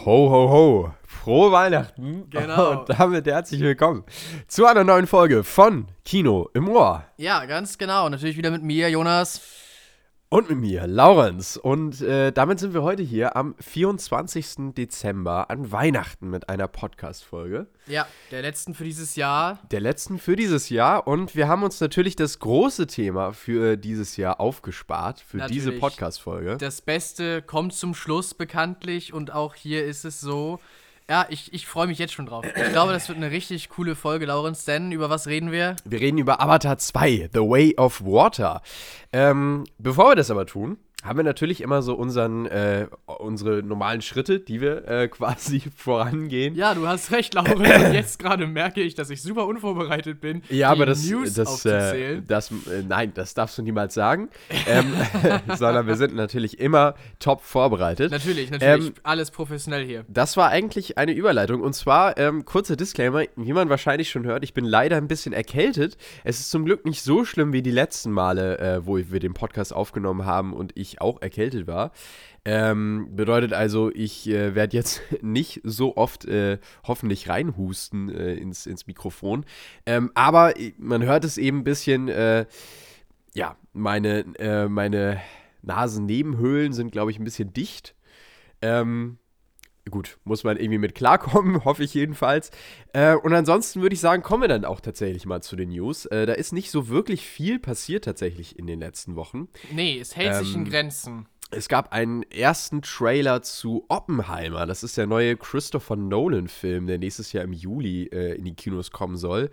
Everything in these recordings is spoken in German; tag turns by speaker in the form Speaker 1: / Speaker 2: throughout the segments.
Speaker 1: Ho, ho, ho. Frohe Weihnachten.
Speaker 2: Genau.
Speaker 1: Und damit herzlich willkommen zu einer neuen Folge von Kino im Ohr.
Speaker 2: Ja, ganz genau. Natürlich wieder mit mir, Jonas.
Speaker 1: Und mit mir, Laurenz. Und damit sind wir heute hier am 24. Dezember an Weihnachten mit einer Podcast-Folge.
Speaker 2: Ja, der letzten für dieses Jahr.
Speaker 1: Der letzten für dieses Jahr. Und wir haben uns natürlich das große Thema für dieses Jahr aufgespart, für diese Podcast-Folge.
Speaker 2: Das Beste kommt zum Schluss bekanntlich und auch hier ist es so. Ja, ich freue mich jetzt schon drauf. Ich glaube, das wird eine richtig coole Folge, Laurenz, denn über was reden wir?
Speaker 1: Wir reden über Avatar 2, The Way of Water. Bevor wir das aber tun, haben wir natürlich immer so unsere normalen Schritte, die wir quasi vorangehen.
Speaker 2: Ja, du hast recht, Laurenz. Und jetzt gerade merke ich, dass ich super unvorbereitet bin,
Speaker 1: ja, aber
Speaker 2: News aufzuzählen.
Speaker 1: Nein, das darfst du niemals sagen. Sondern wir sind natürlich immer top vorbereitet.
Speaker 2: Natürlich. Alles professionell hier.
Speaker 1: Das war eigentlich eine Überleitung. Und zwar, kurzer Disclaimer, wie man wahrscheinlich schon hört, ich bin leider ein bisschen erkältet. Es ist zum Glück nicht so schlimm wie die letzten Male, wo wir den Podcast aufgenommen haben und ich auch erkältet war. Bedeutet also, ich werde jetzt nicht so oft hoffentlich reinhusten ins Mikrofon. Aber man hört es eben ein bisschen, meine Nasennebenhöhlen sind, glaube ich, ein bisschen dicht. Gut, muss man irgendwie mit klarkommen, hoffe ich jedenfalls. Und ansonsten würde ich sagen, kommen wir dann auch tatsächlich mal zu den News. Da ist nicht so wirklich viel passiert tatsächlich in den letzten Wochen.
Speaker 2: Nee, es hält sich in Grenzen.
Speaker 1: Es gab einen ersten Trailer zu Oppenheimer. Das ist der neue Christopher Nolan-Film, der nächstes Jahr im Juli in die Kinos kommen soll.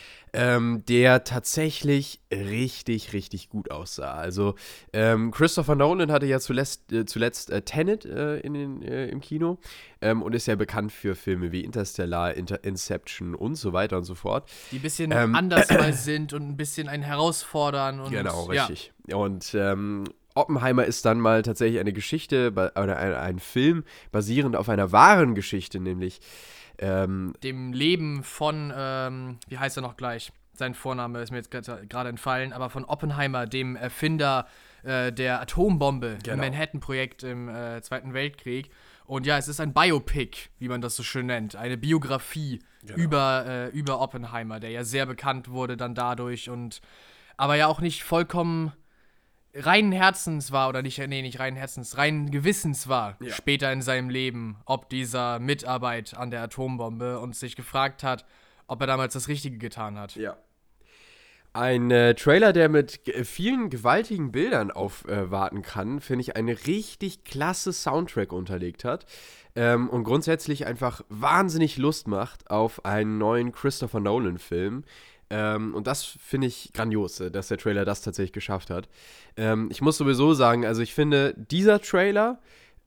Speaker 1: Der tatsächlich richtig, richtig gut aussah. Also Christopher Nolan hatte ja zuletzt Tenet im Kino und ist ja bekannt für Filme wie Interstellar, Inception und so weiter und so fort.
Speaker 2: Die ein bisschen anders mal sind und ein bisschen einen herausfordern. Und,
Speaker 1: genau, richtig. Ja. Und Oppenheimer ist dann mal tatsächlich eine Geschichte oder ein Film basierend auf einer wahren Geschichte, nämlich
Speaker 2: dem Leben von, wie heißt er noch gleich? Sein Vorname ist mir jetzt gerade entfallen, aber von Oppenheimer, dem Erfinder der Atombombe im Manhattan-Projekt im Zweiten Weltkrieg. Und ja, es ist ein Biopic, wie man das so schön nennt. Eine Biografie über Oppenheimer, der ja sehr bekannt wurde dann dadurch und aber ja auch nicht vollkommen reinen Herzens war, oder nicht reinen Herzens, reinen Gewissens war, später in seinem Leben, ob dieser Mitarbeit an der Atombombe und sich gefragt hat, ob er damals das Richtige getan hat.
Speaker 1: Ja. Ein Trailer, der mit vielen gewaltigen Bildern aufwarten kann, finde ich, einen richtig klasse Soundtrack unterlegt hat und grundsätzlich einfach wahnsinnig Lust macht auf einen neuen Christopher Nolan-Film. Und das finde ich grandios, dass der Trailer das tatsächlich geschafft hat. Ich muss sowieso sagen, also ich finde, dieser Trailer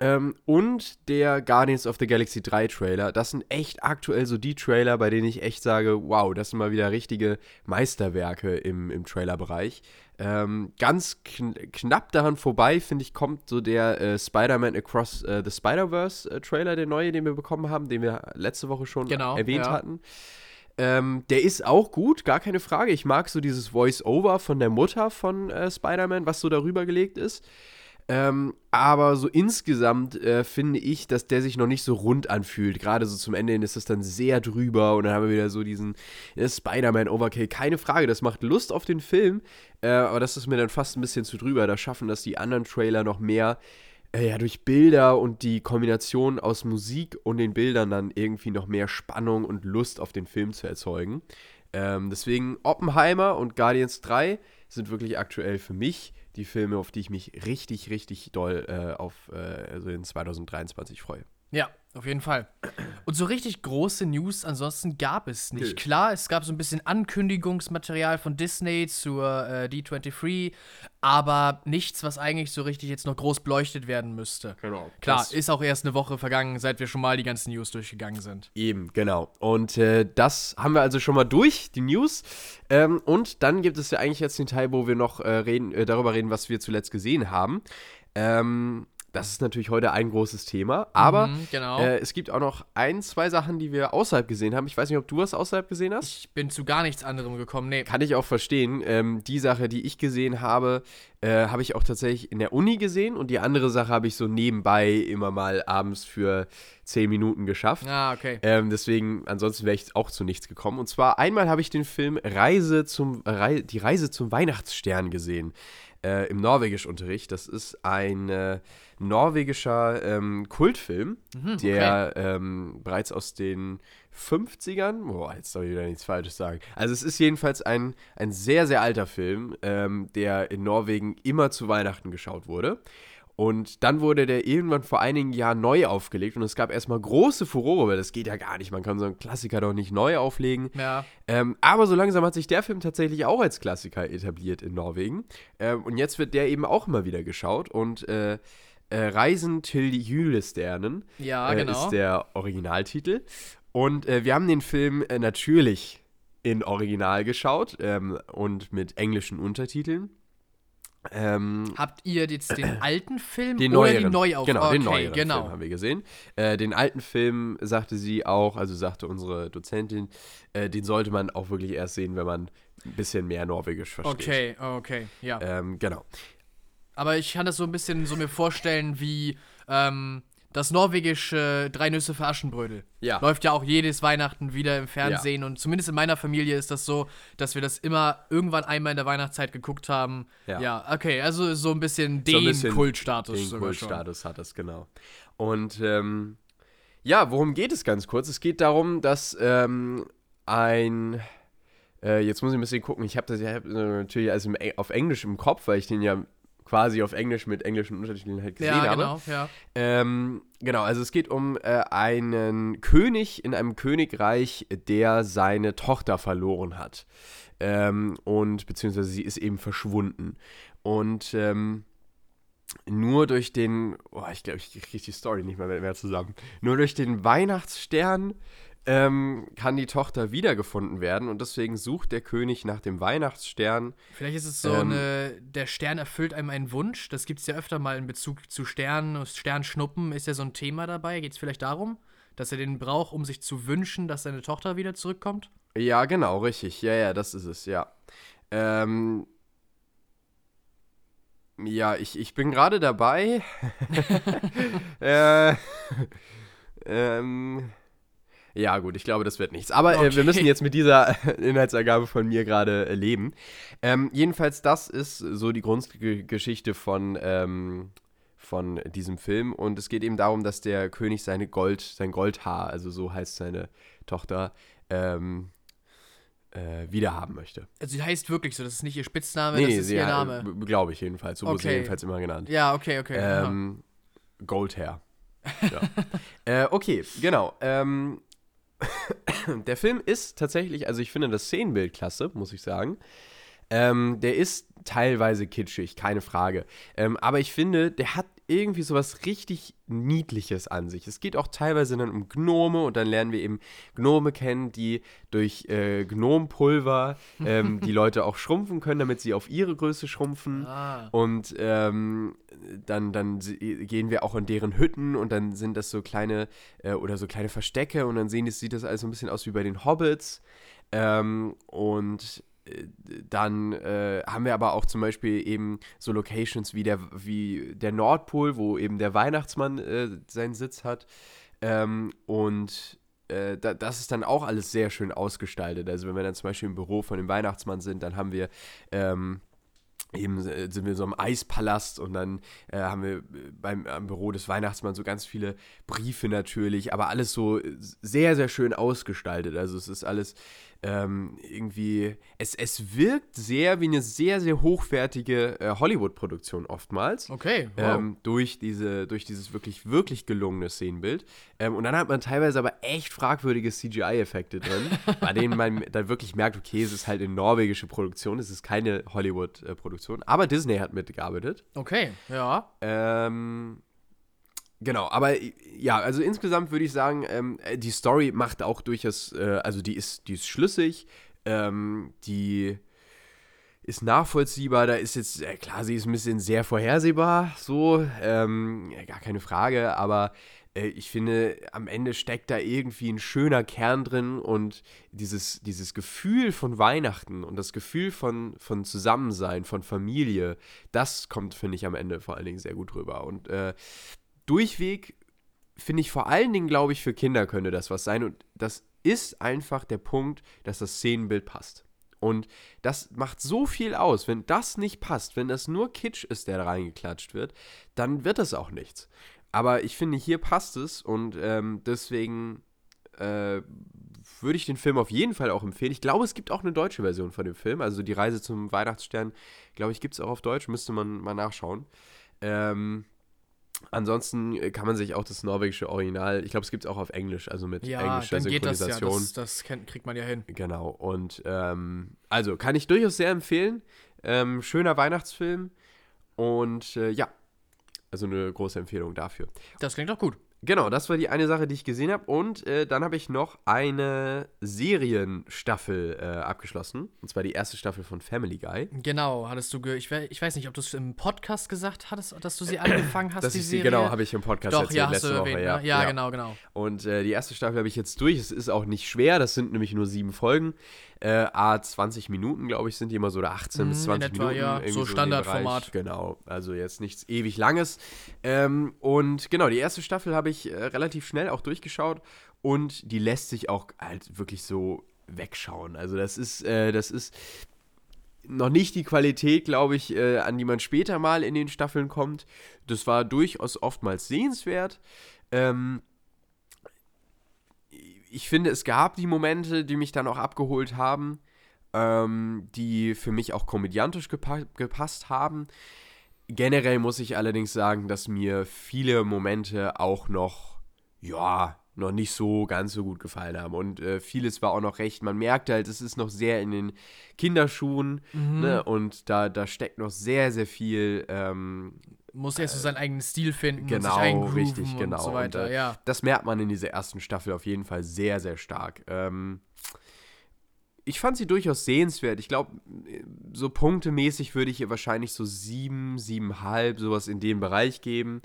Speaker 1: und der Guardians of the Galaxy 3 Trailer, das sind echt aktuell so die Trailer, bei denen ich echt sage, wow, das sind mal wieder richtige Meisterwerke im Trailerbereich. Ganz knapp daran vorbei, finde ich, kommt so der Spider-Man Across the Spider-Verse Trailer, der neue, den wir bekommen haben, den wir letzte Woche schon erwähnt hatten. Der ist auch gut, gar keine Frage. Ich mag so dieses Voice-Over von der Mutter von Spider-Man, was so darüber gelegt ist. Aber so insgesamt finde ich, dass der sich noch nicht so rund anfühlt. Gerade so zum Ende hin ist das dann sehr drüber und dann haben wir wieder so diesen Spider-Man-Overkill. Keine Frage, das macht Lust auf den Film, aber das ist mir dann fast ein bisschen zu drüber. Da schaffen das die anderen Trailer noch mehr, durch Bilder und die Kombination aus Musik und den Bildern dann irgendwie noch mehr Spannung und Lust auf den Film zu erzeugen. Deswegen Oppenheimer und Guardians 3 sind wirklich aktuell für mich die Filme, auf die ich mich richtig, richtig doll also in 2023 freue.
Speaker 2: Ja, auf jeden Fall. Und so richtig große News ansonsten gab es nicht. Klar, es gab so ein bisschen Ankündigungsmaterial von Disney zur D23, aber nichts, was eigentlich so richtig jetzt noch groß beleuchtet werden müsste.
Speaker 1: Genau.
Speaker 2: Klar, ist auch erst eine Woche vergangen, seit wir schon mal die ganzen News durchgegangen sind.
Speaker 1: Eben, genau. Und das haben wir also schon mal durch, die News. Und dann gibt es ja eigentlich jetzt den Teil, wo wir noch darüber reden, was wir zuletzt gesehen haben. Das ist natürlich heute ein großes Thema, aber
Speaker 2: genau.
Speaker 1: Es gibt auch noch 2 Sachen, die wir außerhalb gesehen haben. Ich weiß nicht, ob du was außerhalb gesehen hast?
Speaker 2: Ich bin zu gar nichts anderem gekommen, nee.
Speaker 1: Kann ich auch verstehen. Die Sache, die ich gesehen habe, habe ich auch tatsächlich in der Uni gesehen und die andere Sache habe ich so nebenbei immer mal abends für 10 Minuten geschafft.
Speaker 2: Ah, okay.
Speaker 1: Deswegen, ansonsten wäre ich auch zu nichts gekommen. Und zwar einmal habe ich den Film Die Reise zum Weihnachtsstern gesehen. Im Norwegischunterricht. Das ist ein norwegischer Kultfilm, der bereits aus den 50ern, jetzt soll ich wieder nichts Falsches sagen. Also es ist jedenfalls ein sehr, sehr alter Film, der in Norwegen immer zu Weihnachten geschaut wurde. Und dann wurde der irgendwann vor einigen Jahren neu aufgelegt und es gab erstmal große Furore, weil das geht ja gar nicht. Man kann so einen Klassiker doch nicht neu auflegen.
Speaker 2: Ja.
Speaker 1: Aber so langsam hat sich der Film tatsächlich auch als Klassiker etabliert in Norwegen. Und jetzt wird der eben auch immer wieder geschaut. Und Reisen til Julesternen
Speaker 2: genau.
Speaker 1: ist der Originaltitel. Und wir haben den Film natürlich in Original geschaut und mit englischen Untertiteln.
Speaker 2: Habt ihr jetzt den alten Film
Speaker 1: den
Speaker 2: oder
Speaker 1: neueren,
Speaker 2: die Neuaufnahme?
Speaker 1: Genau, den neueren
Speaker 2: Film
Speaker 1: haben wir gesehen. Den alten Film sagte sie auch, also sagte unsere Dozentin, den sollte man auch wirklich erst sehen, wenn man ein bisschen mehr Norwegisch versteht.
Speaker 2: Okay, ja.
Speaker 1: Genau.
Speaker 2: Aber ich kann das so ein bisschen so mir vorstellen wie das norwegische Drei Nüsse für Aschenbrödel.
Speaker 1: Ja.
Speaker 2: Läuft ja auch jedes Weihnachten wieder im Fernsehen. Und zumindest in meiner Familie ist das so, dass wir das immer irgendwann einmal in der Weihnachtszeit geguckt haben. Ja, okay, also so ein bisschen Kultstatus.
Speaker 1: Den Kultstatus hat es, genau. Und worum geht es ganz kurz? Es geht darum, dass jetzt muss ich ein bisschen gucken, ich habe das natürlich also auf Englisch im Kopf, weil ich den ja quasi auf Englisch mit englischen Untertiteln halt gesehen habe.
Speaker 2: Ja.
Speaker 1: Genau, also es geht um einen König in einem Königreich, der seine Tochter verloren hat. Und beziehungsweise sie ist eben verschwunden. Und nur durch den, ich glaube, ich kriege die Story nicht mehr zusammen. Nur durch den Weihnachtsstern kann die Tochter wiedergefunden werden und deswegen sucht der König nach dem Weihnachtsstern.
Speaker 2: Vielleicht ist es so der Stern erfüllt einem einen Wunsch. Das gibt es ja öfter mal in Bezug zu Sternen. Sternschnuppen ist ja so ein Thema dabei. Geht es vielleicht darum, dass er den braucht, um sich zu wünschen, dass seine Tochter wieder zurückkommt?
Speaker 1: Ja, genau, richtig. Ja, das ist es, ja. Ich bin gerade dabei. Ja, gut, ich glaube, das wird nichts. Aber wir müssen jetzt mit dieser Inhaltsangabe von mir gerade leben. Jedenfalls, das ist so die Grundgeschichte von diesem Film. Und es geht eben darum, dass der König sein Goldhaar, also so heißt seine Tochter, wiederhaben möchte.
Speaker 2: Also sie heißt wirklich so, das ist nicht ihr Spitzname, das ist ihr Name.
Speaker 1: Glaube ich jedenfalls. So wurde sie jedenfalls immer genannt.
Speaker 2: Ja, okay.
Speaker 1: Goldhaar. Ja. Okay, genau. Der Film ist tatsächlich, also ich finde das Szenenbild klasse, muss ich sagen. Der ist teilweise kitschig, keine Frage. Aber ich finde, der hat irgendwie sowas richtig Niedliches an sich. Es geht auch teilweise dann um Gnome und dann lernen wir eben Gnome kennen, die durch Gnompulver die Leute auch schrumpfen können, damit sie auf ihre Größe schrumpfen. Und dann gehen wir auch in deren Hütten und dann sind das so kleine so kleine Verstecke und dann sieht das alles so ein bisschen aus wie bei den Hobbits. Und dann haben wir aber auch zum Beispiel eben so Locations wie der Nordpol, wo eben der Weihnachtsmann seinen Sitz hat. Das ist dann auch alles sehr schön ausgestaltet. Also wenn wir dann zum Beispiel im Büro von dem Weihnachtsmann sind, dann haben wir eben sind wir so im Eispalast und dann haben wir am Büro des Weihnachtsmanns so ganz viele Briefe natürlich, aber alles so sehr, sehr schön ausgestaltet. Also es ist alles irgendwie, es wirkt sehr wie eine sehr, sehr hochwertige Hollywood-Produktion oftmals.
Speaker 2: Okay, wow.
Speaker 1: Durch dieses wirklich, wirklich gelungene Szenenbild. Und dann hat man teilweise aber echt fragwürdige CGI-Effekte drin, bei denen man dann wirklich merkt, okay, es ist halt eine norwegische Produktion, es ist keine Hollywood-Produktion, aber Disney hat mitgearbeitet.
Speaker 2: Okay, ja.
Speaker 1: Genau, aber ja, also insgesamt würde ich sagen, die Story macht auch durchaus, also die ist schlüssig, die ist nachvollziehbar, da ist jetzt, klar, sie ist ein bisschen sehr vorhersehbar, so, gar keine Frage, aber ich finde, am Ende steckt da irgendwie ein schöner Kern drin und dieses Gefühl von Weihnachten und das Gefühl von Zusammensein, von Familie, das kommt, finde ich, am Ende vor allen Dingen sehr gut rüber. Und durchweg, finde ich, vor allen Dingen, glaube ich, für Kinder könnte das was sein. Und das ist einfach der Punkt, dass das Szenenbild passt. Und das macht so viel aus. Wenn das nicht passt, wenn das nur Kitsch ist, der da reingeklatscht wird, dann wird das auch nichts. Aber ich finde, hier passt es und deswegen würde ich den Film auf jeden Fall auch empfehlen. Ich glaube, es gibt auch eine deutsche Version von dem Film. Also die Reise zum Weihnachtsstern, glaube ich, gibt es auch auf Deutsch. Müsste man mal nachschauen. Ansonsten kann man sich auch das norwegische Original, ich glaube, es gibt es auch auf Englisch, also mit englischer Synchronisation.
Speaker 2: Geht das ja, das kriegt man ja hin.
Speaker 1: Genau, und also kann ich durchaus sehr empfehlen. Schöner Weihnachtsfilm und ja, also eine große Empfehlung dafür.
Speaker 2: Das klingt doch gut.
Speaker 1: Genau, das war die eine Sache, die ich gesehen habe. Und dann habe ich noch eine Serienstaffel abgeschlossen. Und zwar die erste Staffel von Family Guy.
Speaker 2: Genau, hattest du, ich weiß nicht, ob du es im Podcast gesagt hattest, dass du sie angefangen hast, die Serie.
Speaker 1: Genau, habe ich im Podcast
Speaker 2: Doch,
Speaker 1: erzählt,
Speaker 2: ja,
Speaker 1: letzte Woche.
Speaker 2: Erwähnt, ne? Ja, genau.
Speaker 1: Und die erste Staffel habe ich jetzt durch. Es ist auch nicht schwer, das sind nämlich nur 7 Folgen. 20 Minuten, glaube ich, sind die immer so, oder 18 bis 20
Speaker 2: etwa,
Speaker 1: Minuten.
Speaker 2: Ja, so Standardformat.
Speaker 1: Genau, also jetzt nichts ewig Langes. Und genau, die erste Staffel habe ich relativ schnell auch durchgeschaut und die lässt sich auch halt wirklich so wegschauen. Also das ist noch nicht die Qualität, glaube ich, an die man später mal in den Staffeln kommt. Das war durchaus oftmals sehenswert. Ich finde, es gab die Momente, die mich dann auch abgeholt haben, die für mich auch komödiantisch gepasst haben. Generell muss ich allerdings sagen, dass mir viele Momente auch noch nicht so ganz so gut gefallen haben. Und vieles war auch noch recht, man merkt halt, es ist noch sehr in den Kinderschuhen, ne? Und da steckt noch sehr, sehr viel
Speaker 2: muss erst so seinen eigenen Stil finden
Speaker 1: genau,
Speaker 2: und sich eingrooven
Speaker 1: richtig, genau.
Speaker 2: Und so weiter,
Speaker 1: und,
Speaker 2: ja.
Speaker 1: Das merkt man in dieser ersten Staffel auf jeden Fall sehr, sehr stark. Ich fand sie durchaus sehenswert. Ich glaube, so punktemäßig würde ich ihr wahrscheinlich so 7, 7,5, sowas in dem Bereich geben.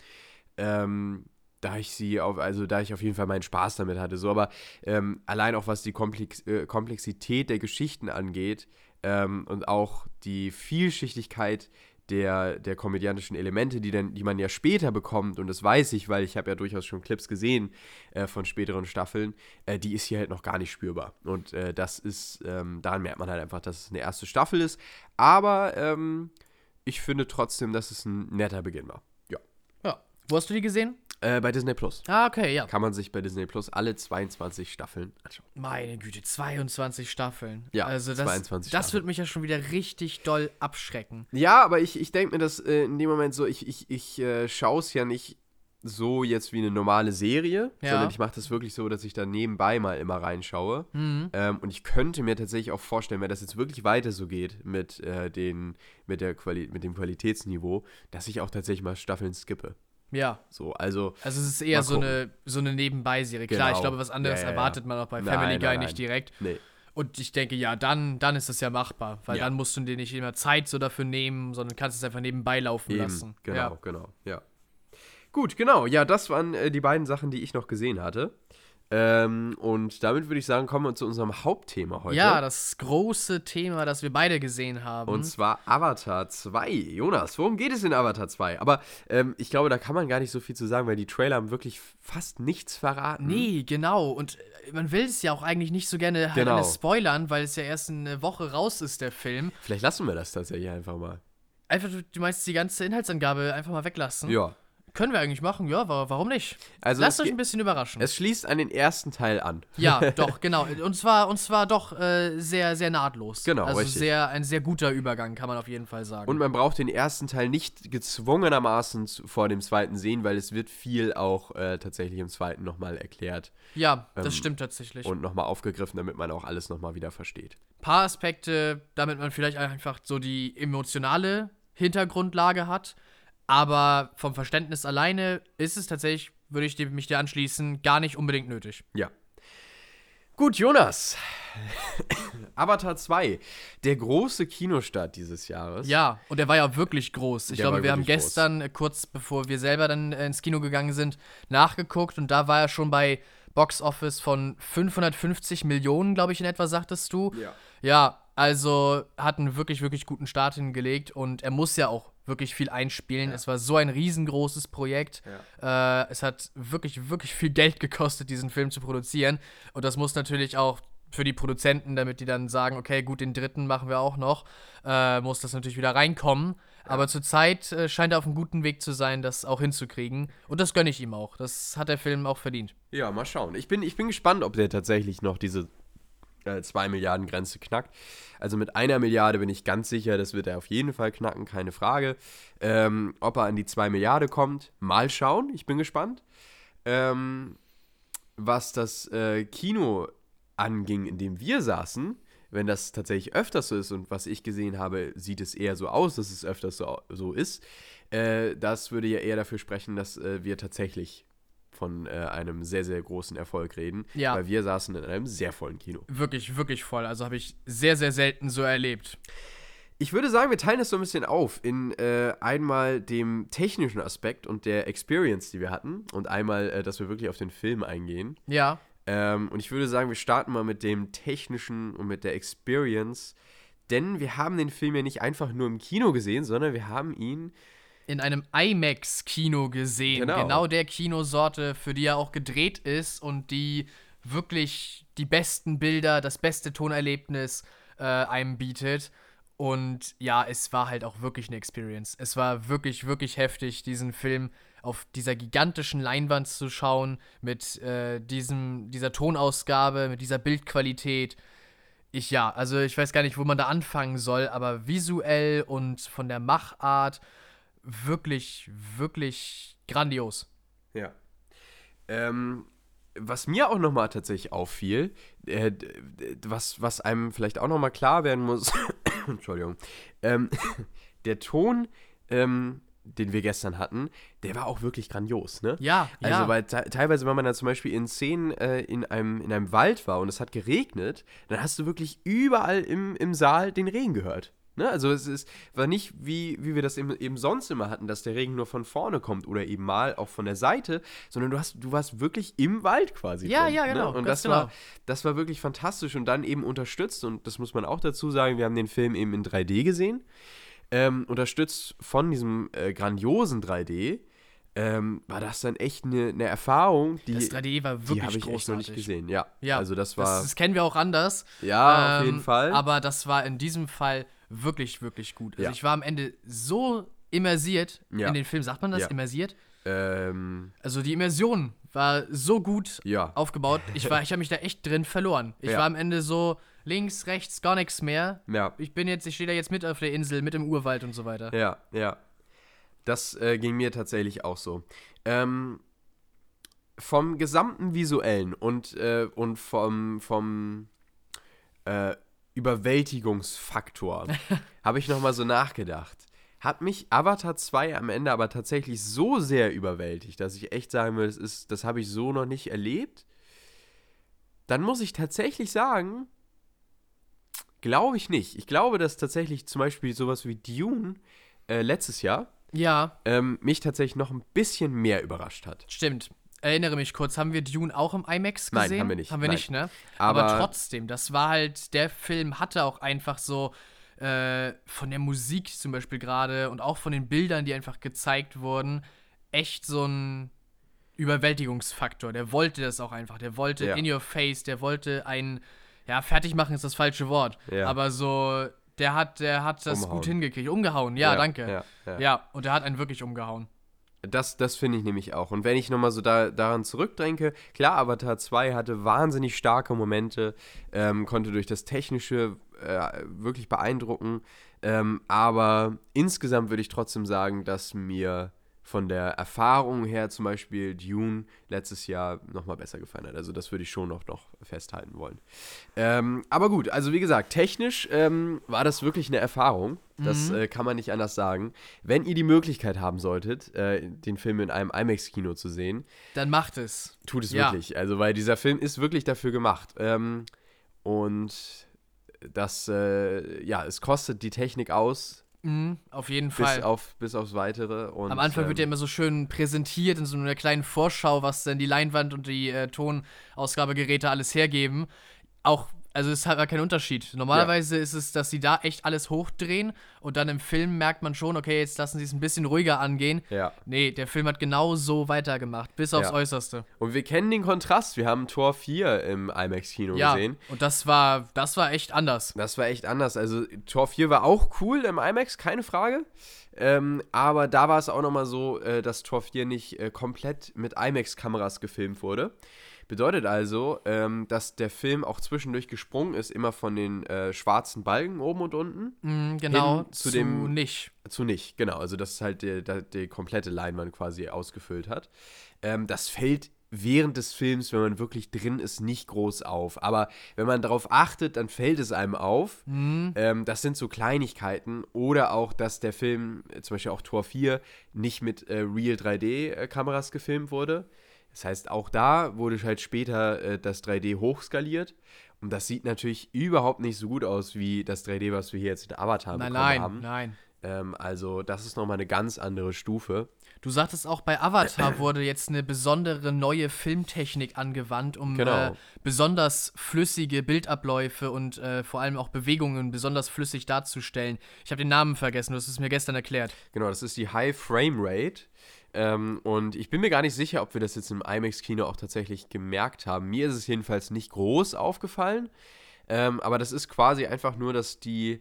Speaker 1: Da ich auf jeden Fall meinen Spaß damit hatte. So, aber allein auch was die Komplexität der Geschichten angeht und auch die Vielschichtigkeit der komödiantischen Elemente, die man ja später bekommt, und das weiß ich, weil ich habe ja durchaus schon Clips gesehen von späteren Staffeln, die ist hier halt noch gar nicht spürbar. Und das ist, daran merkt man halt einfach, dass es eine erste Staffel ist. Aber ich finde trotzdem, dass es ein netter Beginn war. Ja.
Speaker 2: Wo hast du die gesehen?
Speaker 1: Bei Disney Plus.
Speaker 2: Ah, okay, ja.
Speaker 1: Kann man sich bei Disney Plus alle 22 Staffeln anschauen.
Speaker 2: Meine Güte, 22 Staffeln.
Speaker 1: Ja,
Speaker 2: also
Speaker 1: 22
Speaker 2: das wird mich ja schon wieder richtig doll abschrecken.
Speaker 1: Ja, aber ich denke mir, dass in dem Moment so, ich schaue es ja nicht so jetzt wie eine normale Serie, sondern ich mache das wirklich so, dass ich da nebenbei mal immer reinschaue. Und ich könnte mir tatsächlich auch vorstellen, wenn das jetzt wirklich weiter so geht mit dem Qualitätsniveau, dass ich auch tatsächlich mal Staffeln skippe.
Speaker 2: Ja.
Speaker 1: So, also
Speaker 2: es ist eher so eine Nebenbei-Serie. Klar,
Speaker 1: Genau.
Speaker 2: Ich glaube, was anderes erwartet man auch bei Family Guy nicht direkt.
Speaker 1: Nee.
Speaker 2: Und ich denke, ja, dann ist es ja machbar, weil dann musst du dir nicht immer Zeit so dafür nehmen, sondern kannst es einfach nebenbei laufen lassen.
Speaker 1: Genau, ja. Gut, genau. Ja, das waren die beiden Sachen, die ich noch gesehen hatte. Und damit würde ich sagen, kommen wir zu unserem Hauptthema heute.
Speaker 2: Ja, das große Thema, das wir beide gesehen haben.
Speaker 1: Und zwar Avatar 2. Jonas, worum geht es in Avatar 2? Aber ich glaube, da kann man gar nicht so viel zu sagen, weil die Trailer haben wirklich fast nichts verraten.
Speaker 2: Nee, genau. Und man will es ja auch eigentlich nicht so gerne alles spoilern, weil es ja erst eine Woche raus ist, der Film.
Speaker 1: Vielleicht lassen wir das tatsächlich einfach mal.
Speaker 2: Einfach, du meinst die ganze Inhaltsangabe einfach mal weglassen?
Speaker 1: Ja.
Speaker 2: Können wir eigentlich machen, ja, warum nicht?
Speaker 1: Also
Speaker 2: Lasst euch ein bisschen überraschen.
Speaker 1: Es schließt an den ersten Teil an.
Speaker 2: Ja, doch, genau. Und zwar doch sehr, sehr nahtlos.
Speaker 1: Genau,
Speaker 2: also
Speaker 1: richtig.
Speaker 2: Ein sehr guter Übergang, kann man auf jeden Fall sagen.
Speaker 1: Und man braucht den ersten Teil nicht gezwungenermaßen vor dem zweiten sehen, weil es wird viel auch tatsächlich im zweiten nochmal erklärt.
Speaker 2: Ja, das stimmt tatsächlich.
Speaker 1: Und nochmal aufgegriffen, damit man auch alles nochmal wieder versteht.
Speaker 2: Ein paar Aspekte, damit man vielleicht einfach so die emotionale Hintergrundlage hat. Aber vom Verständnis alleine ist es tatsächlich, würde ich mich dir anschließen, gar nicht unbedingt nötig.
Speaker 1: Ja. Gut, Jonas. Avatar 2, der große Kinostart dieses Jahres.
Speaker 2: Ja, und der war ja wirklich groß. Ich glaube, wir haben gestern, kurz bevor wir selber dann ins Kino gegangen sind, nachgeguckt und da war er schon bei Box Office von 550 Millionen, glaube ich, in etwa, sagtest du.
Speaker 1: Ja.
Speaker 2: Ja, also hat einen wirklich, wirklich guten Start hingelegt und er muss ja auch wirklich viel einspielen. Ja. Es war so ein riesengroßes Projekt. Ja. Es hat wirklich, wirklich viel Geld gekostet, diesen Film zu produzieren. Und das muss natürlich auch für die Produzenten, damit die dann sagen, okay, gut, den dritten machen wir auch noch, muss das natürlich wieder reinkommen. Ja. Aber zurzeit scheint er auf einem guten Weg zu sein, das auch hinzukriegen. Und das gönne ich ihm auch. Das hat der Film auch verdient.
Speaker 1: Ja, mal schauen. Ich bin gespannt, ob der tatsächlich noch diese 2 Milliarden Grenze knackt. Also mit 1 Milliarde bin ich ganz sicher, das wird er auf jeden Fall knacken, keine Frage. Ob er an die 2 Milliarden kommt, mal schauen, ich bin gespannt. Was das Kino anging, in dem wir saßen, wenn das tatsächlich öfters so ist und was ich gesehen habe, sieht es eher so aus, dass es öfters so ist, das würde ja eher dafür sprechen, dass wir tatsächlich von einem sehr, sehr großen Erfolg reden, weil wir saßen in einem sehr vollen Kino.
Speaker 2: Wirklich, wirklich voll. Also habe ich sehr, sehr selten so erlebt.
Speaker 1: Ich würde sagen, wir teilen das so ein bisschen auf in einmal dem technischen Aspekt und der Experience, die wir hatten und einmal, dass wir wirklich auf den Film eingehen.
Speaker 2: Ja.
Speaker 1: Und ich würde sagen, wir starten mal mit dem technischen und mit der Experience, denn wir haben den Film ja nicht einfach nur im Kino gesehen, sondern wir haben ihn
Speaker 2: in einem IMAX-Kino gesehen. Genau der Kinosorte, für die er auch gedreht ist und die wirklich die besten Bilder, das beste Tonerlebnis einem bietet. Und ja, es war halt auch wirklich eine Experience. Es war wirklich, wirklich heftig, diesen Film auf dieser gigantischen Leinwand zu schauen, mit dieser Tonausgabe, mit dieser Bildqualität. Ich weiß gar nicht, wo man da anfangen soll, aber visuell und von der Machart wirklich, wirklich grandios.
Speaker 1: Ja. Was mir auch nochmal tatsächlich auffiel, was einem vielleicht auch nochmal klar werden muss, Entschuldigung, der Ton, den wir gestern hatten, der war auch wirklich grandios, ne?
Speaker 2: Ja,
Speaker 1: also, weil teilweise, wenn man da zum Beispiel in Szenen in einem Wald war und es hat geregnet, dann hast du wirklich überall im Saal den Regen gehört. Ne? Also war nicht, wie wir das eben sonst immer hatten, dass der Regen nur von vorne kommt oder eben mal auch von der Seite, sondern du warst wirklich im Wald quasi
Speaker 2: ja,
Speaker 1: drin.
Speaker 2: Ja, genau.
Speaker 1: Ne? Und das war wirklich fantastisch und dann eben unterstützt, und das muss man auch dazu sagen, wir haben den Film eben in 3D gesehen, unterstützt von diesem grandiosen 3D, war das dann echt eine Erfahrung,
Speaker 2: das 3D war wirklich
Speaker 1: habe ich
Speaker 2: großartig.
Speaker 1: echt noch nicht gesehen, ja. Also das
Speaker 2: kennen wir auch anders.
Speaker 1: Ja, auf jeden Fall.
Speaker 2: Aber das war in diesem Fall wirklich, wirklich gut. Also ich war am Ende so immersiert in den Film, sagt man das, immersiert? Also die Immersion war so gut aufgebaut. Ich habe mich da echt drin verloren. Ich war am Ende so links, rechts, gar nichts mehr.
Speaker 1: Ja.
Speaker 2: Ich stehe da jetzt mit auf der Insel, mit im Urwald und so weiter.
Speaker 1: Ja. Das ging mir tatsächlich auch so. Vom gesamten Visuellen und vom Überwältigungsfaktor habe ich nochmal so nachgedacht. Hat mich Avatar 2 am Ende aber tatsächlich so sehr überwältigt, dass ich echt sagen will, das habe ich so noch nicht erlebt. Dann muss ich tatsächlich sagen, glaube ich nicht. Ich glaube, dass tatsächlich zum Beispiel sowas wie Dune letztes Jahr mich tatsächlich noch ein bisschen mehr überrascht hat.
Speaker 2: Stimmt. Erinnere mich kurz, haben wir Dune auch im IMAX gesehen?
Speaker 1: Nein, haben wir nicht.
Speaker 2: Haben wir nicht, ne? Aber trotzdem, das war halt, der Film hatte auch einfach so von der Musik zum Beispiel gerade und auch von den Bildern, die einfach gezeigt wurden, echt so ein Überwältigungsfaktor. Der wollte das auch einfach. Der wollte in your face, der wollte fertig machen ist das falsche Wort. Ja. Aber so, der hat das gut hingekriegt. Umgehauen, danke. Ja, und der hat einen wirklich umgehauen.
Speaker 1: Das finde ich nämlich auch. Und wenn ich nochmal so daran zurückdenke, klar, Avatar 2 hatte wahnsinnig starke Momente, konnte durch das Technische wirklich beeindrucken, aber insgesamt würde ich trotzdem sagen, dass mir von der Erfahrung her zum Beispiel Dune letztes Jahr nochmal besser gefallen hat. Also das würde ich schon noch festhalten wollen. Aber gut, also wie gesagt, technisch war das wirklich eine Erfahrung. Das kann man nicht anders sagen. Wenn ihr die Möglichkeit haben solltet, den Film in einem IMAX-Kino zu sehen,
Speaker 2: dann macht es.
Speaker 1: Tut es wirklich. Also weil dieser Film ist wirklich dafür gemacht. Und es kostet die Technik aus.
Speaker 2: Auf jeden Fall.
Speaker 1: Bis aufs Weitere. Und,
Speaker 2: am Anfang wird ja immer so schön präsentiert in so einer kleinen Vorschau, was denn die Leinwand und die Tonausgabegeräte alles hergeben. Also es hat ja keinen Unterschied. Normalerweise ist es, dass sie da echt alles hochdrehen und dann im Film merkt man schon, okay, jetzt lassen sie es ein bisschen ruhiger angehen.
Speaker 1: Ja.
Speaker 2: Nee, der Film hat genau so weitergemacht, bis aufs Äußerste.
Speaker 1: Und wir kennen den Kontrast. Wir haben Tor 4 im IMAX-Kino gesehen.
Speaker 2: Und das war echt anders.
Speaker 1: Das war echt anders. Also Tor 4 war auch cool im IMAX, keine Frage. Aber da war es auch nochmal so, dass Tor 4 nicht komplett mit IMAX-Kameras gefilmt wurde. Bedeutet also, dass der Film auch zwischendurch gesprungen ist, immer von den schwarzen Balken oben und unten.
Speaker 2: Genau,
Speaker 1: zu
Speaker 2: nicht.
Speaker 1: Zu nicht, genau. Also, dass es halt die komplette Leinwand quasi ausgefüllt hat. Das fällt während des Films, wenn man wirklich drin ist, nicht groß auf. Aber wenn man darauf achtet, dann fällt es einem auf. Das sind so Kleinigkeiten. Oder auch, dass der Film, zum Beispiel auch Tor 4, nicht mit Real 3D-Kameras gefilmt wurde. Das heißt, auch da wurde halt später das 3D hochskaliert. Und das sieht natürlich überhaupt nicht so gut aus wie das 3D, was wir hier jetzt in Avatar bekommen haben.
Speaker 2: Nein.
Speaker 1: Also das ist nochmal eine ganz andere Stufe.
Speaker 2: Du sagtest auch, bei Avatar wurde jetzt eine besondere neue Filmtechnik angewandt, um besonders flüssige Bildabläufe und vor allem auch Bewegungen besonders flüssig darzustellen. Ich habe den Namen vergessen, du hast es mir gestern erklärt.
Speaker 1: Genau, das ist die High Frame Rate. Und ich bin mir gar nicht sicher, ob wir das jetzt im IMAX-Kino auch tatsächlich gemerkt haben. Mir ist es jedenfalls nicht groß aufgefallen. Aber das ist quasi einfach nur, dass die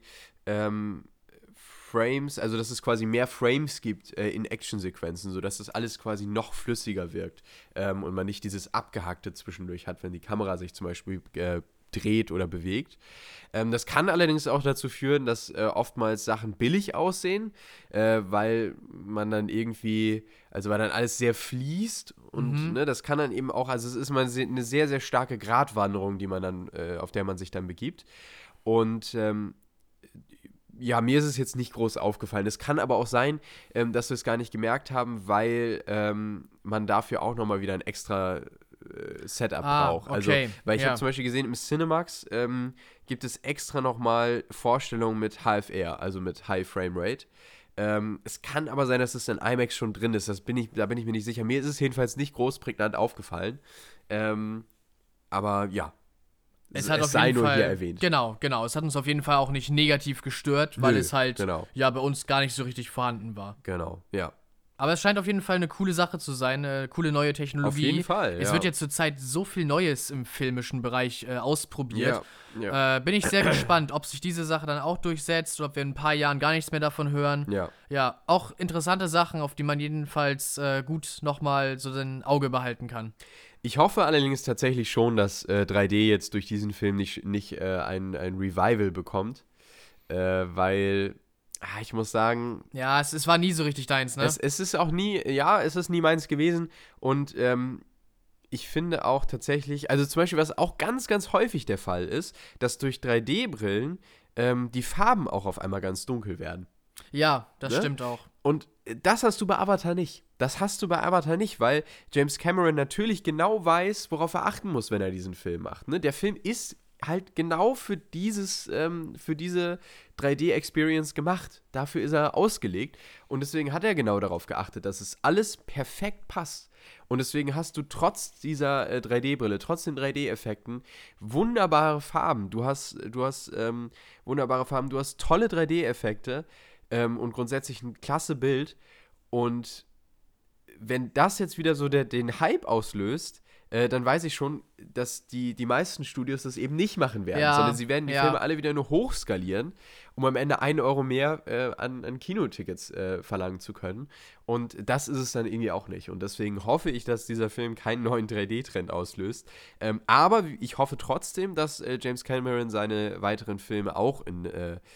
Speaker 1: Frames, also dass es quasi mehr Frames gibt in Actionsequenzen, sodass das alles quasi noch flüssiger wirkt. Und man nicht dieses Abgehackte zwischendurch hat, wenn die Kamera sich zum Beispiel dreht oder bewegt. Das kann allerdings auch dazu führen, dass oftmals Sachen billig aussehen, weil man dann irgendwie, also weil dann alles sehr fließt und das kann dann eben auch, also es ist mal eine sehr, sehr starke Gratwanderung, die man dann, auf der man sich dann begibt. Und ja, mir ist es jetzt nicht groß aufgefallen. Es kann aber auch sein, dass wir es gar nicht gemerkt haben, weil man dafür auch nochmal wieder ein extra Setup braucht.
Speaker 2: Okay.
Speaker 1: Also, weil ich habe zum Beispiel gesehen, im Cinemax gibt es extra nochmal Vorstellungen mit HFR, also mit High Frame Rate. Es kann aber sein, dass es in IMAX schon drin ist. Da bin ich mir nicht sicher. Mir ist es jedenfalls nicht groß prägnant aufgefallen. Aber ja.
Speaker 2: Es sei nur hier erwähnt. Genau. Es hat uns auf jeden Fall auch nicht negativ gestört, weil es halt bei uns gar nicht so richtig vorhanden war.
Speaker 1: Genau, ja.
Speaker 2: Aber es scheint auf jeden Fall eine coole Sache zu sein, eine coole neue Technologie.
Speaker 1: Auf jeden Fall,
Speaker 2: Es wird ja zurzeit so viel Neues im filmischen Bereich ausprobiert. Ja. Bin ich sehr gespannt, ob sich diese Sache dann auch durchsetzt oder ob wir in ein paar Jahren gar nichts mehr davon hören. Ja, auch interessante Sachen, auf die man jedenfalls gut nochmal so ein Auge behalten kann.
Speaker 1: Ich hoffe allerdings tatsächlich schon, dass 3D jetzt durch diesen Film nicht ein Revival bekommt, weil ich muss sagen...
Speaker 2: Ja, es war nie so richtig deins, ne?
Speaker 1: Es ist auch nie, es ist nie meins gewesen und ich finde auch tatsächlich, also zum Beispiel, was auch ganz, ganz häufig der Fall ist, dass durch 3D-Brillen die Farben auch auf einmal ganz dunkel werden.
Speaker 2: Ja, das stimmt auch.
Speaker 1: Und das hast du bei Avatar nicht. Das hast du bei Avatar nicht, weil James Cameron natürlich genau weiß, worauf er achten muss, wenn er diesen Film macht. Ne? Der Film ist halt genau für diese 3D-Experience gemacht. Dafür ist er ausgelegt. Und deswegen hat er genau darauf geachtet, dass es alles perfekt passt. Und deswegen hast du trotz dieser 3D-Brille, trotz den 3D-Effekten, wunderbare Farben. Du hast wunderbare Farben, du hast tolle 3D-Effekte und grundsätzlich ein klasse Bild. Und wenn das jetzt wieder so den Hype auslöst, dann weiß ich schon, dass die meisten Studios das eben nicht machen werden, sondern sie werden die Filme alle wieder nur hochskalieren, um am Ende 1 Euro mehr an Kinotickets verlangen zu können. Und das ist es dann irgendwie auch nicht. Und deswegen hoffe ich, dass dieser Film keinen neuen 3D-Trend auslöst. Aber ich hoffe trotzdem, dass James Cameron seine weiteren Filme auch in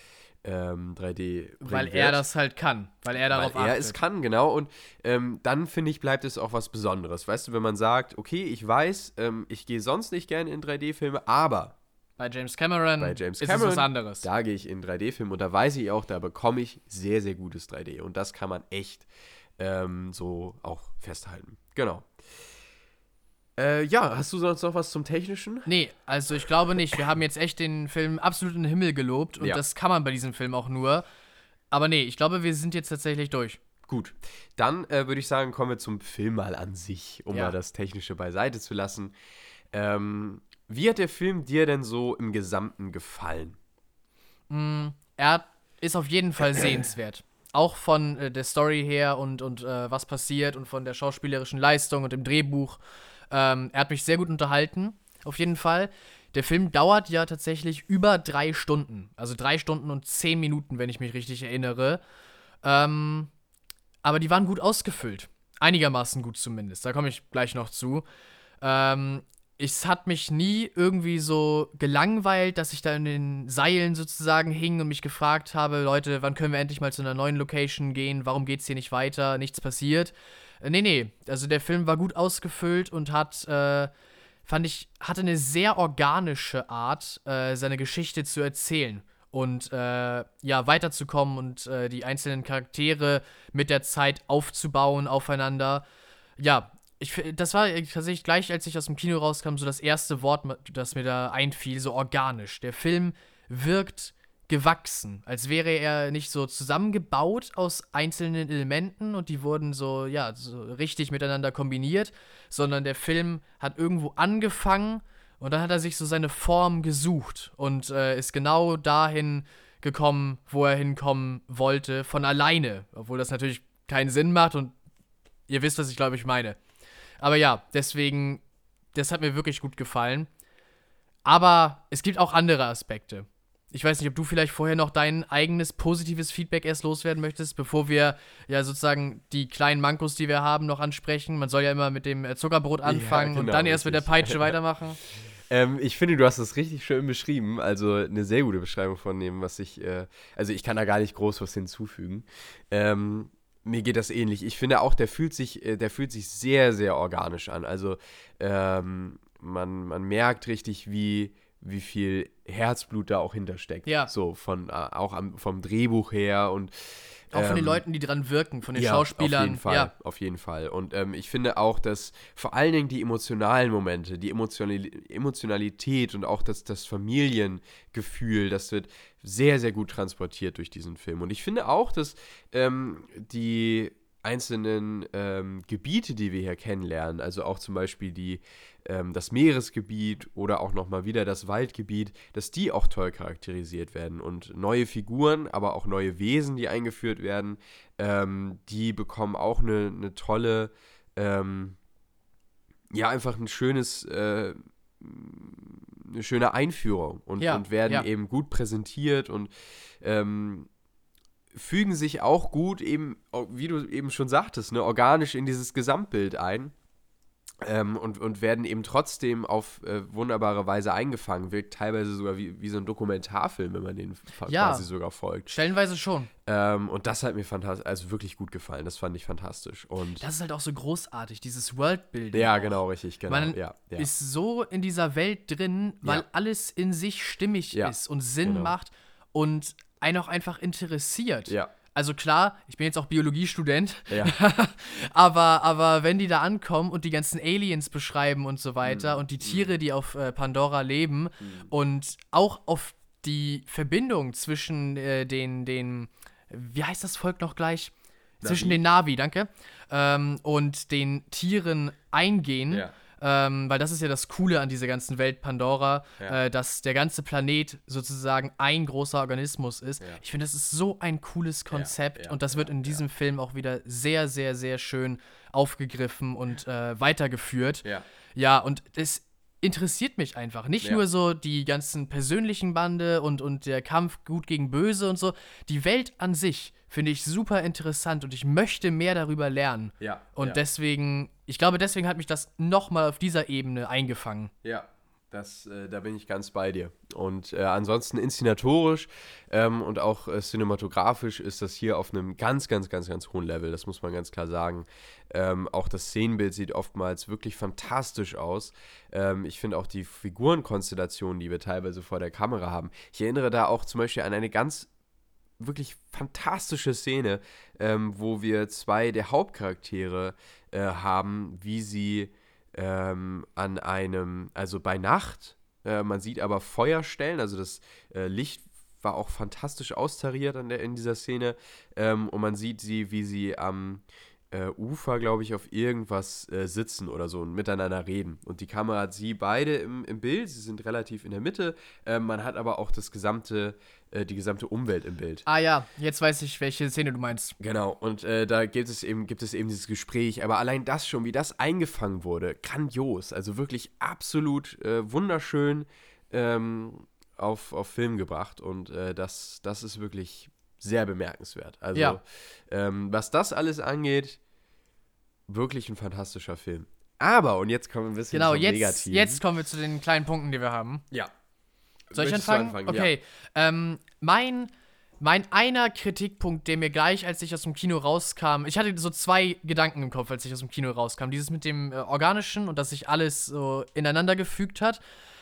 Speaker 1: 3D
Speaker 2: weil er das halt kann, weil er darauf achtet.
Speaker 1: Er es kann, genau. Und dann, finde ich, bleibt es auch was Besonderes. Weißt du, wenn man sagt, okay, ich weiß, ich gehe sonst nicht gerne in 3D-Filme, aber
Speaker 2: bei James Cameron ist es was anderes.
Speaker 1: Da gehe ich in 3D-Filme und da weiß ich auch, da bekomme ich sehr, sehr gutes 3D. Und das kann man echt so auch festhalten. Genau. Ja, hast du sonst noch was zum Technischen?
Speaker 2: Nee, also ich glaube nicht. Wir haben jetzt echt den Film absolut in den Himmel gelobt und das kann man bei diesem Film auch nur. Aber nee, ich glaube, wir sind jetzt tatsächlich durch.
Speaker 1: Gut, dann würde ich sagen, kommen wir zum Film mal an sich, um mal das Technische beiseite zu lassen. Wie hat der Film dir denn so im Gesamten gefallen?
Speaker 2: Er ist auf jeden Fall sehenswert. Auch von der Story her und was passiert und von der schauspielerischen Leistung und dem Drehbuch. Er hat mich sehr gut unterhalten, auf jeden Fall. Der Film dauert ja tatsächlich über 3 Stunden. Also 3 Stunden und 10 Minuten, wenn ich mich richtig erinnere. Aber die waren gut ausgefüllt. Einigermaßen gut zumindest. Da komme ich gleich noch zu. Es hat mich nie irgendwie so gelangweilt, dass ich da in den Seilen sozusagen hing und mich gefragt habe, Leute, wann können wir endlich mal zu einer neuen Location gehen? Warum geht's hier nicht weiter? Nichts passiert. Nee. Also der Film war gut ausgefüllt und hatte eine sehr organische Art, seine Geschichte zu erzählen. Und weiterzukommen und die einzelnen Charaktere mit der Zeit aufzubauen aufeinander. Ja, das war tatsächlich gleich, als ich aus dem Kino rauskam, so das erste Wort, das mir da einfiel, so organisch. Der Film wirkt gewachsen, als wäre er nicht so zusammengebaut aus einzelnen Elementen und die wurden so richtig miteinander kombiniert, sondern der Film hat irgendwo angefangen und dann hat er sich so seine Form gesucht und ist genau dahin gekommen, wo er hinkommen wollte, von alleine. Obwohl das natürlich keinen Sinn macht und ihr wisst, was ich glaube, ich meine. Aber ja, deswegen, das hat mir wirklich gut gefallen. Aber es gibt auch andere Aspekte. Ich weiß nicht, ob du vielleicht vorher noch dein eigenes positives Feedback erst loswerden möchtest, bevor wir ja sozusagen die kleinen Mankos, die wir haben, noch ansprechen. Man soll ja immer mit dem Zuckerbrot anfangen und dann erst mit der Peitsche weitermachen.
Speaker 1: Ich finde, du hast das richtig schön beschrieben. Also eine sehr gute Beschreibung von dem, was also ich kann da gar nicht groß was hinzufügen. Mir geht das ähnlich. Ich finde auch, der fühlt sich sehr, sehr organisch an. Also man merkt richtig, wie viel Herzblut da auch hintersteckt.
Speaker 2: Ja.
Speaker 1: So vom Drehbuch her und
Speaker 2: auch von den Leuten, die dran wirken, von den Schauspielern.
Speaker 1: Auf jeden Fall, auf jeden Fall. Und ich finde auch, dass vor allen Dingen die emotionalen Momente, die Emotionalität und auch das Familiengefühl, das wird sehr, sehr gut transportiert durch diesen Film. Und ich finde auch, dass die einzelnen Gebiete, die wir hier kennenlernen, also auch zum Beispiel das Meeresgebiet oder auch nochmal wieder das Waldgebiet, dass die auch toll charakterisiert werden und neue Figuren, aber auch neue Wesen, die eingeführt werden, die bekommen auch eine tolle, einfach ein schönes, eine schöne Einführung und werden eben gut präsentiert und fügen sich auch gut eben, wie du eben schon sagtest, ne, organisch in dieses Gesamtbild ein und werden eben trotzdem auf wunderbare Weise eingefangen. Wirkt teilweise sogar wie so ein Dokumentarfilm, wenn man den quasi sogar folgt.
Speaker 2: Stellenweise schon.
Speaker 1: Und das hat mir wirklich gut gefallen. Das fand ich fantastisch. Und
Speaker 2: das ist halt auch so großartig, dieses Worldbuilding.
Speaker 1: Ja, genau, richtig. Genau.
Speaker 2: Man ist so in dieser Welt drin, weil alles in sich stimmig ist und Sinn macht und einen auch einfach interessiert.
Speaker 1: Ja.
Speaker 2: Also klar, ich bin jetzt auch Biologiestudent, aber wenn die da ankommen und die ganzen Aliens beschreiben und so weiter und die Tiere, die auf Pandora leben und auch auf die Verbindung zwischen den wie heißt das Volk noch gleich?
Speaker 1: Na'vi.
Speaker 2: Zwischen den Na'vi, danke, und den Tieren eingehen. Weil das ist ja das Coole an dieser ganzen Welt Pandora, dass der ganze Planet sozusagen ein großer Organismus ist. Ja. Ich finde, das ist so ein cooles Konzept und das wird in diesem Film auch wieder sehr, sehr, sehr schön aufgegriffen und weitergeführt. Ja, und es interessiert mich einfach. Nicht nur so die ganzen persönlichen Bande und der Kampf gut gegen böse und so. Die Welt an sich finde ich super interessant und ich möchte mehr darüber lernen. Und deswegen, ich glaube, deswegen hat mich das nochmal auf dieser Ebene eingefangen.
Speaker 1: Ja, da bin ich ganz bei dir. Und ansonsten inszenatorisch und auch cinematografisch ist das hier auf einem ganz, ganz, ganz, ganz hohen Level. Das muss man ganz klar sagen. Auch das Szenenbild sieht oftmals wirklich fantastisch aus. Ich finde auch die Figurenkonstellationen, die wir teilweise vor der Kamera haben. Ich erinnere da auch zum Beispiel an eine ganz wirklich fantastische Szene, wo wir 2 der Hauptcharaktere haben, wie sie an einem, also bei Nacht. Man sieht aber Feuerstellen, also das Licht war auch fantastisch austariert in dieser Szene. Und man sieht sie, wie sie am Ufer, glaube ich, auf irgendwas sitzen oder so und miteinander reden. Und die Kamera hat sie beide im Bild, sie sind relativ in der Mitte. Man hat aber auch die gesamte Umwelt im Bild.
Speaker 2: Ah ja, jetzt weiß ich, welche Szene du meinst.
Speaker 1: Genau, und da gibt es eben dieses Gespräch, aber allein das schon, wie das eingefangen wurde, grandios, also wirklich absolut wunderschön auf Film gebracht und das ist wirklich sehr bemerkenswert. Also,
Speaker 2: ja.
Speaker 1: Was das alles angeht, wirklich ein fantastischer Film. Aber, und jetzt kommen wir ein bisschen zum Negativen.
Speaker 2: Jetzt kommen wir zu den kleinen Punkten, die wir haben.
Speaker 1: Ja.
Speaker 2: Soll ich anfangen? Okay. Ja. Mein einer Kritikpunkt, der mir gleich, als ich aus dem Kino rauskam, ich hatte so 2 Gedanken im Kopf, als ich aus dem Kino rauskam. Dieses mit dem Organischen und dass sich alles so ineinander gefügt hat.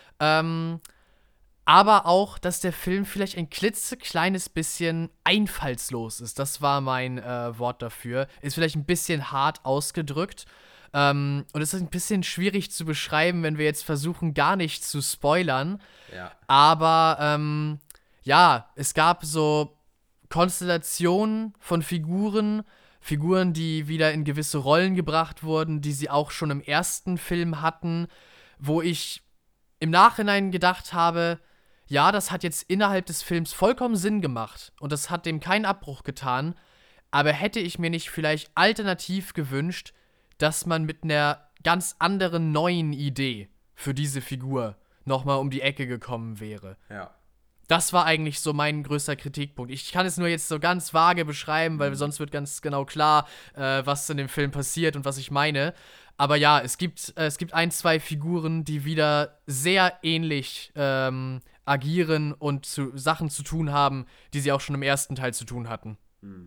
Speaker 2: Aber auch, dass der Film vielleicht ein klitzekleines bisschen einfallslos ist. Das war mein Wort dafür. Ist vielleicht ein bisschen hart ausgedrückt. Und es ist ein bisschen schwierig zu beschreiben, wenn wir jetzt versuchen, gar nicht zu spoilern.
Speaker 1: Ja.
Speaker 2: Aber ja, es gab so Konstellationen von Figuren, die wieder in gewisse Rollen gebracht wurden, die sie auch schon im ersten Film hatten, wo ich im Nachhinein gedacht habe, ja, das hat jetzt innerhalb des Films vollkommen Sinn gemacht und das hat dem keinen Abbruch getan, aber hätte ich mir nicht vielleicht alternativ gewünscht, dass man mit einer ganz anderen neuen Idee für diese Figur nochmal um die Ecke gekommen wäre.
Speaker 1: Ja.
Speaker 2: Das war eigentlich so mein größter Kritikpunkt. Ich kann es nur jetzt so ganz vage beschreiben, weil sonst wird ganz genau klar, was in dem Film passiert und was ich meine. Aber ja, es gibt 1, 2 Figuren, die wieder sehr ähnlich agieren und Sachen zu tun haben, die sie auch schon im ersten Teil zu tun hatten.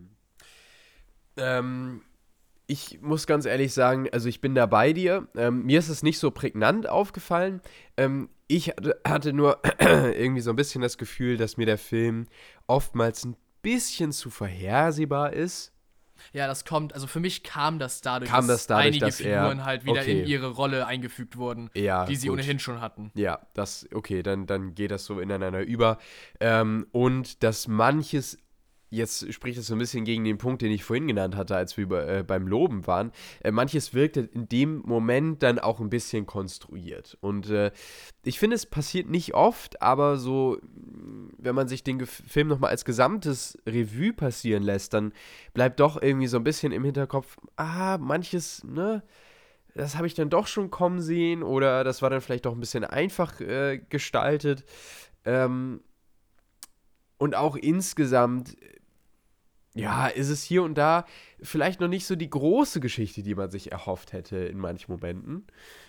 Speaker 1: Ich muss ganz ehrlich sagen, also ich bin da bei dir. Mir ist es nicht so prägnant aufgefallen. Ich hatte nur irgendwie so ein bisschen das Gefühl, dass mir der Film oftmals ein bisschen zu vorhersehbar ist.
Speaker 2: Ja, also für mich kam das dadurch, dass einige Figuren halt wieder in ihre Rolle eingefügt wurden,
Speaker 1: ja,
Speaker 2: die sie ohnehin schon hatten.
Speaker 1: Ja, dann geht das so ineinander über. Und dass manches, jetzt spricht es so ein bisschen gegen den Punkt, den ich vorhin genannt hatte, als wir beim Loben waren, manches wirkte in dem Moment dann auch ein bisschen konstruiert. Und ich finde, es passiert nicht oft, aber so, wenn man sich den Film nochmal als gesamtes Revue passieren lässt, dann bleibt doch irgendwie so ein bisschen im Hinterkopf, manches, ne, das habe ich dann doch schon kommen sehen oder das war dann vielleicht doch ein bisschen einfach gestaltet. Und auch insgesamt, ja, ist es hier und da vielleicht noch nicht so die große Geschichte, die man sich erhofft hätte in manchen Momenten.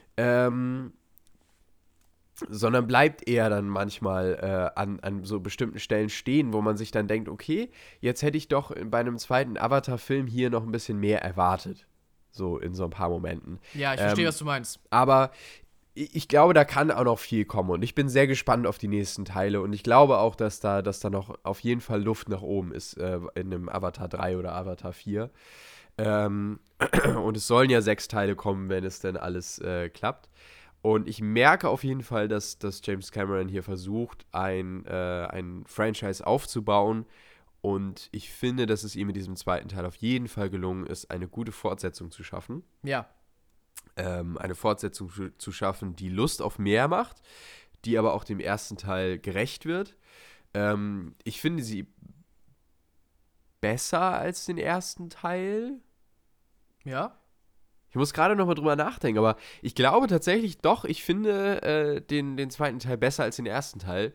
Speaker 1: Sondern bleibt eher dann manchmal an so bestimmten Stellen stehen, wo man sich dann denkt, okay, jetzt hätte ich doch bei einem zweiten Avatar-Film hier noch ein bisschen mehr erwartet. So in so ein paar Momenten.
Speaker 2: Ja, ich verstehe, was du meinst.
Speaker 1: Aber ich glaube, da kann auch noch viel kommen und ich bin sehr gespannt auf die nächsten Teile und ich glaube auch, dass da noch auf jeden Fall Luft nach oben ist in einem Avatar 3 oder Avatar 4. Und es sollen ja 6 Teile kommen, wenn es denn alles klappt. Und ich merke auf jeden Fall, dass James Cameron hier versucht, ein Franchise aufzubauen. Und ich finde, dass es ihm in diesem zweiten Teil auf jeden Fall gelungen ist, eine gute Fortsetzung zu schaffen.
Speaker 2: Ja.
Speaker 1: Eine Fortsetzung zu schaffen, die Lust auf mehr macht, die aber auch dem ersten Teil gerecht wird. Ich finde sie besser als den ersten Teil.
Speaker 2: Ja.
Speaker 1: Ich muss gerade noch mal drüber nachdenken, aber ich glaube tatsächlich doch, ich finde den zweiten Teil besser als den ersten Teil.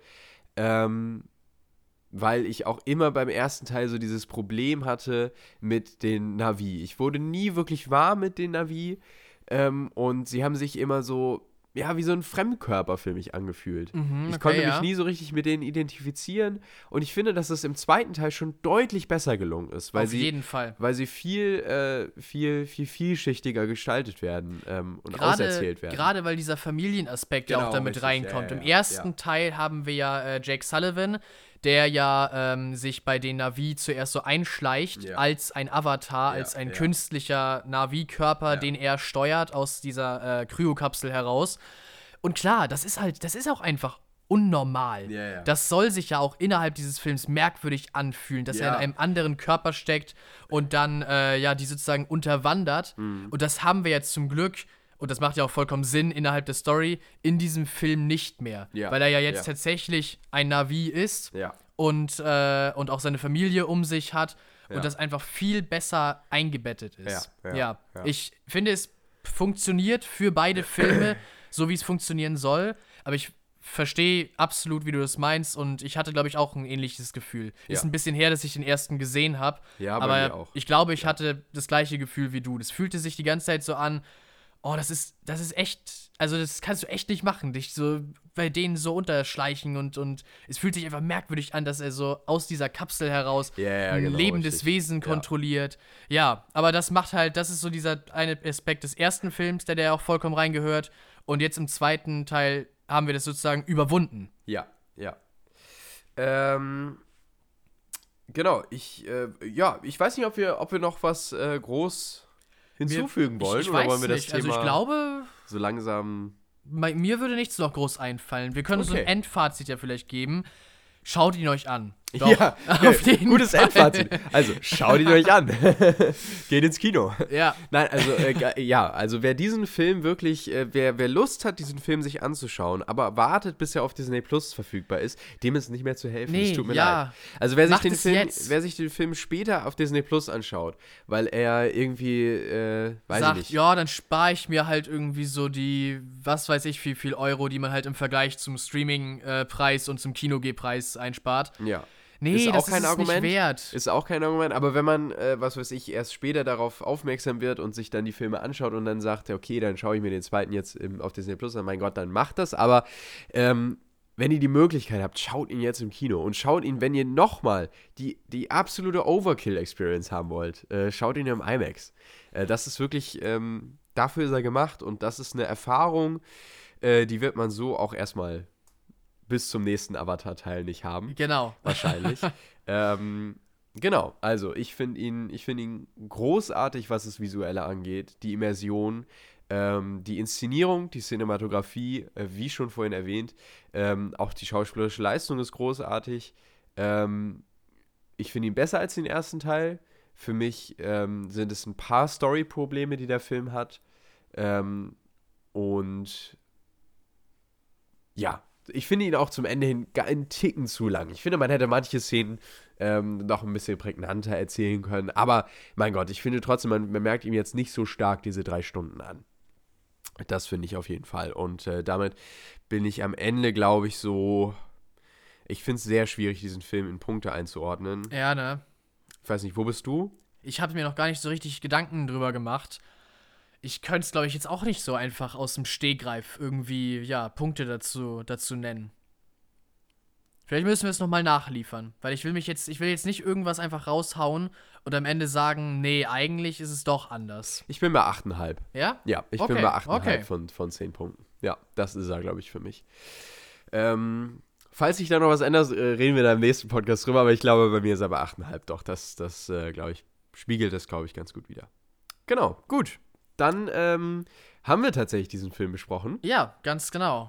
Speaker 1: Weil ich auch immer beim ersten Teil so dieses Problem hatte mit den Na'vi. Ich wurde nie wirklich warm mit den Na'vi und sie haben sich immer so, ja, wie so ein Fremdkörper für mich angefühlt. Ich konnte mich nie so richtig mit denen identifizieren und ich finde, dass es im zweiten Teil schon deutlich besser gelungen ist. Weil
Speaker 2: Auf jeden Fall.
Speaker 1: Weil sie viel vielschichtiger gestaltet werden und auserzählt werden.
Speaker 2: Gerade weil dieser Familienaspekt ja auch damit reinkommt. Im ersten Teil haben wir ja Jake Sullivan, der ja sich bei den Na'vi zuerst so einschleicht als ein Avatar, als ein künstlicher Na'vi-Körper, den er steuert aus dieser Kryokapsel heraus. Und klar, das ist auch einfach unnormal. Das soll sich ja auch innerhalb dieses Films merkwürdig anfühlen, dass er in einem anderen Körper steckt und dann die sozusagen unterwandert. Und das haben wir jetzt zum Glück, und das macht ja auch vollkommen Sinn innerhalb der Story, in diesem Film nicht mehr. Weil er ja jetzt tatsächlich ein Na'vi ist und auch seine Familie um sich hat und das einfach viel besser eingebettet ist. Ich finde, es funktioniert für beide Filme, so wie es funktionieren soll, aber ich verstehe absolut, wie du das meinst, und ich hatte, glaube ich, auch ein ähnliches Gefühl. Ist ein bisschen her, dass ich den ersten gesehen habe, aber auch. Ich glaube, ich hatte das gleiche Gefühl wie du. Das fühlte sich die ganze Zeit so an, oh, das ist echt, also das kannst du echt nicht machen, dich so bei denen so unterschleichen und es fühlt sich einfach merkwürdig an, dass er so aus dieser Kapsel heraus ein lebendes Wesen kontrolliert. Ja, aber das ist so dieser eine Aspekt des ersten Films, der auch vollkommen reingehört, und jetzt im zweiten Teil haben wir das sozusagen überwunden.
Speaker 1: Ja. Genau, ich weiß nicht, ob wir noch was groß hinzufügen wollen.
Speaker 2: Ich weiß nicht. Also ich glaube,
Speaker 1: so langsam.
Speaker 2: Mir würde nichts noch groß einfallen. Wir können so ein Endfazit ja vielleicht geben. Schaut ihn euch an.
Speaker 1: Doch, auf jeden gutes Fall. Endfazit. Also, schaut ihn euch an. Geht ins Kino.
Speaker 2: Ja.
Speaker 1: Nein, also wer diesen Film wirklich, wer Lust hat, diesen Film sich anzuschauen, aber wartet, bis er auf Disney Plus verfügbar ist, dem ist nicht mehr zu helfen. Es tut mir leid. Also, wer sich den Film später auf Disney Plus anschaut, weil er irgendwie, weiß ich nicht.
Speaker 2: Ja, dann spare ich mir halt irgendwie so die, was weiß ich, wie viel Euro, die man halt im Vergleich zum Streaming-Preis und zum Kino-G-Preis einspart.
Speaker 1: Ja.
Speaker 2: Nee, das ist es nicht wert.
Speaker 1: Ist auch kein Argument, aber wenn man, was weiß ich, erst später darauf aufmerksam wird und sich dann die Filme anschaut und dann sagt, okay, dann schaue ich mir den zweiten jetzt auf Disney Plus an, mein Gott, dann macht das, aber wenn ihr die Möglichkeit habt, schaut ihn jetzt im Kino und schaut ihn, wenn ihr nochmal die absolute Overkill-Experience haben wollt, schaut ihn im IMAX. Das ist wirklich, dafür ist er gemacht, und das ist eine Erfahrung, die wird man so auch erstmal bis zum nächsten Avatar-Teil nicht haben.
Speaker 2: Genau.
Speaker 1: Wahrscheinlich. Genau, also ich finde ihn großartig, was das Visuelle angeht, die Immersion, die Inszenierung, die Cinematografie, wie schon vorhin erwähnt, auch die schauspielerische Leistung ist großartig. Ich finde ihn besser als den ersten Teil. Für mich sind es ein paar Story-Probleme, die der Film hat. Und ja, ich finde ihn auch zum Ende hin einen Ticken zu lang. Ich finde, man hätte manche Szenen noch ein bisschen prägnanter erzählen können. Aber, mein Gott, ich finde trotzdem, man merkt ihm jetzt nicht so stark diese 3 Stunden an. Das finde ich auf jeden Fall. Und damit bin ich am Ende, glaube ich, so. Ich finde es sehr schwierig, diesen Film in Punkte einzuordnen.
Speaker 2: Ja, ne?
Speaker 1: Ich weiß nicht, wo bist du?
Speaker 2: Ich habe mir noch gar nicht so richtig Gedanken drüber gemacht. Ich könnte es, glaube ich, jetzt auch nicht so einfach aus dem Stegreif irgendwie, Punkte dazu nennen. Vielleicht müssen wir es nochmal nachliefern, weil ich will jetzt nicht irgendwas einfach raushauen und am Ende sagen, nee, eigentlich ist es doch anders.
Speaker 1: Ich bin bei 8,5.
Speaker 2: Ja?
Speaker 1: Ja, ich bin bei 8,5 von 10 Punkten. Ja, das ist er, glaube ich, für mich. Falls sich da noch was ändert, reden wir da im nächsten Podcast drüber, aber ich glaube, bei mir ist er bei 8,5 doch. Das glaube ich, spiegelt das, glaube ich, ganz gut wider. Genau, gut. Dann haben wir tatsächlich diesen Film besprochen.
Speaker 2: Ja, ganz genau.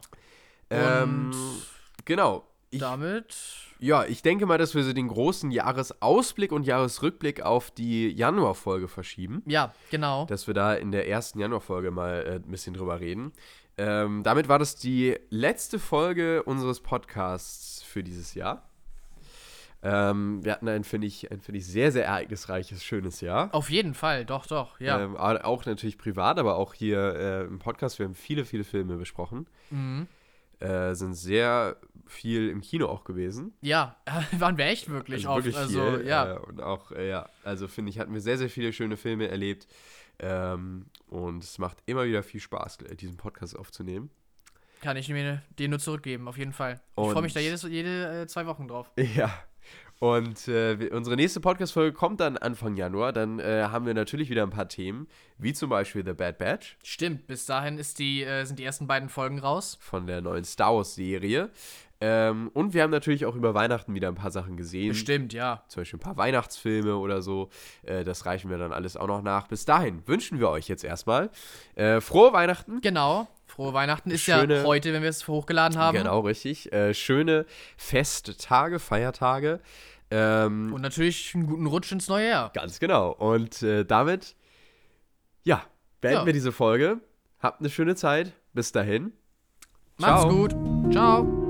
Speaker 1: Genau. Ich denke mal, dass wir so den großen Jahresausblick und Jahresrückblick auf die Januarfolge verschieben.
Speaker 2: Ja, genau.
Speaker 1: Dass wir da in der ersten Januarfolge mal ein bisschen drüber reden. Damit war das die letzte Folge unseres Podcasts für dieses Jahr. Wir hatten ein, finde ich, sehr, sehr ereignisreiches, schönes Jahr.
Speaker 2: Auf jeden Fall, doch, ja.
Speaker 1: Auch natürlich privat, aber auch hier im Podcast. Wir haben viele, viele Filme besprochen.
Speaker 2: Mhm.
Speaker 1: Sind sehr viel im Kino auch gewesen.
Speaker 2: Ja, waren wir echt wirklich oft.
Speaker 1: Wirklich viel. Und auch, also finde ich, hatten wir sehr, sehr viele schöne Filme erlebt. Und es macht immer wieder viel Spaß, diesen Podcast aufzunehmen.
Speaker 2: Kann ich dir nur zurückgeben, auf jeden Fall. Ich freue mich da jede 2 Wochen drauf.
Speaker 1: Ja. Und unsere nächste Podcast-Folge kommt dann Anfang Januar. Dann haben wir natürlich wieder ein paar Themen, wie zum Beispiel The Bad Batch.
Speaker 2: Stimmt, bis dahin sind die ersten beiden Folgen raus.
Speaker 1: Von der neuen Star Wars-Serie. Und wir haben natürlich auch über Weihnachten wieder ein paar Sachen gesehen.
Speaker 2: Bestimmt, ja.
Speaker 1: Zum Beispiel ein paar Weihnachtsfilme oder so. Das reichen wir dann alles auch noch nach. Bis dahin wünschen wir euch jetzt erstmal frohe Weihnachten.
Speaker 2: Genau. Frohe Weihnachten ist ja heute, wenn wir es hochgeladen haben.
Speaker 1: Genau, richtig. Schöne Festtage, Feiertage.
Speaker 2: Und natürlich einen guten Rutsch ins neue Jahr.
Speaker 1: Ganz genau. Und damit, ja, beenden wir diese Folge. Habt eine schöne Zeit. Bis dahin.
Speaker 2: Macht's gut. Ciao.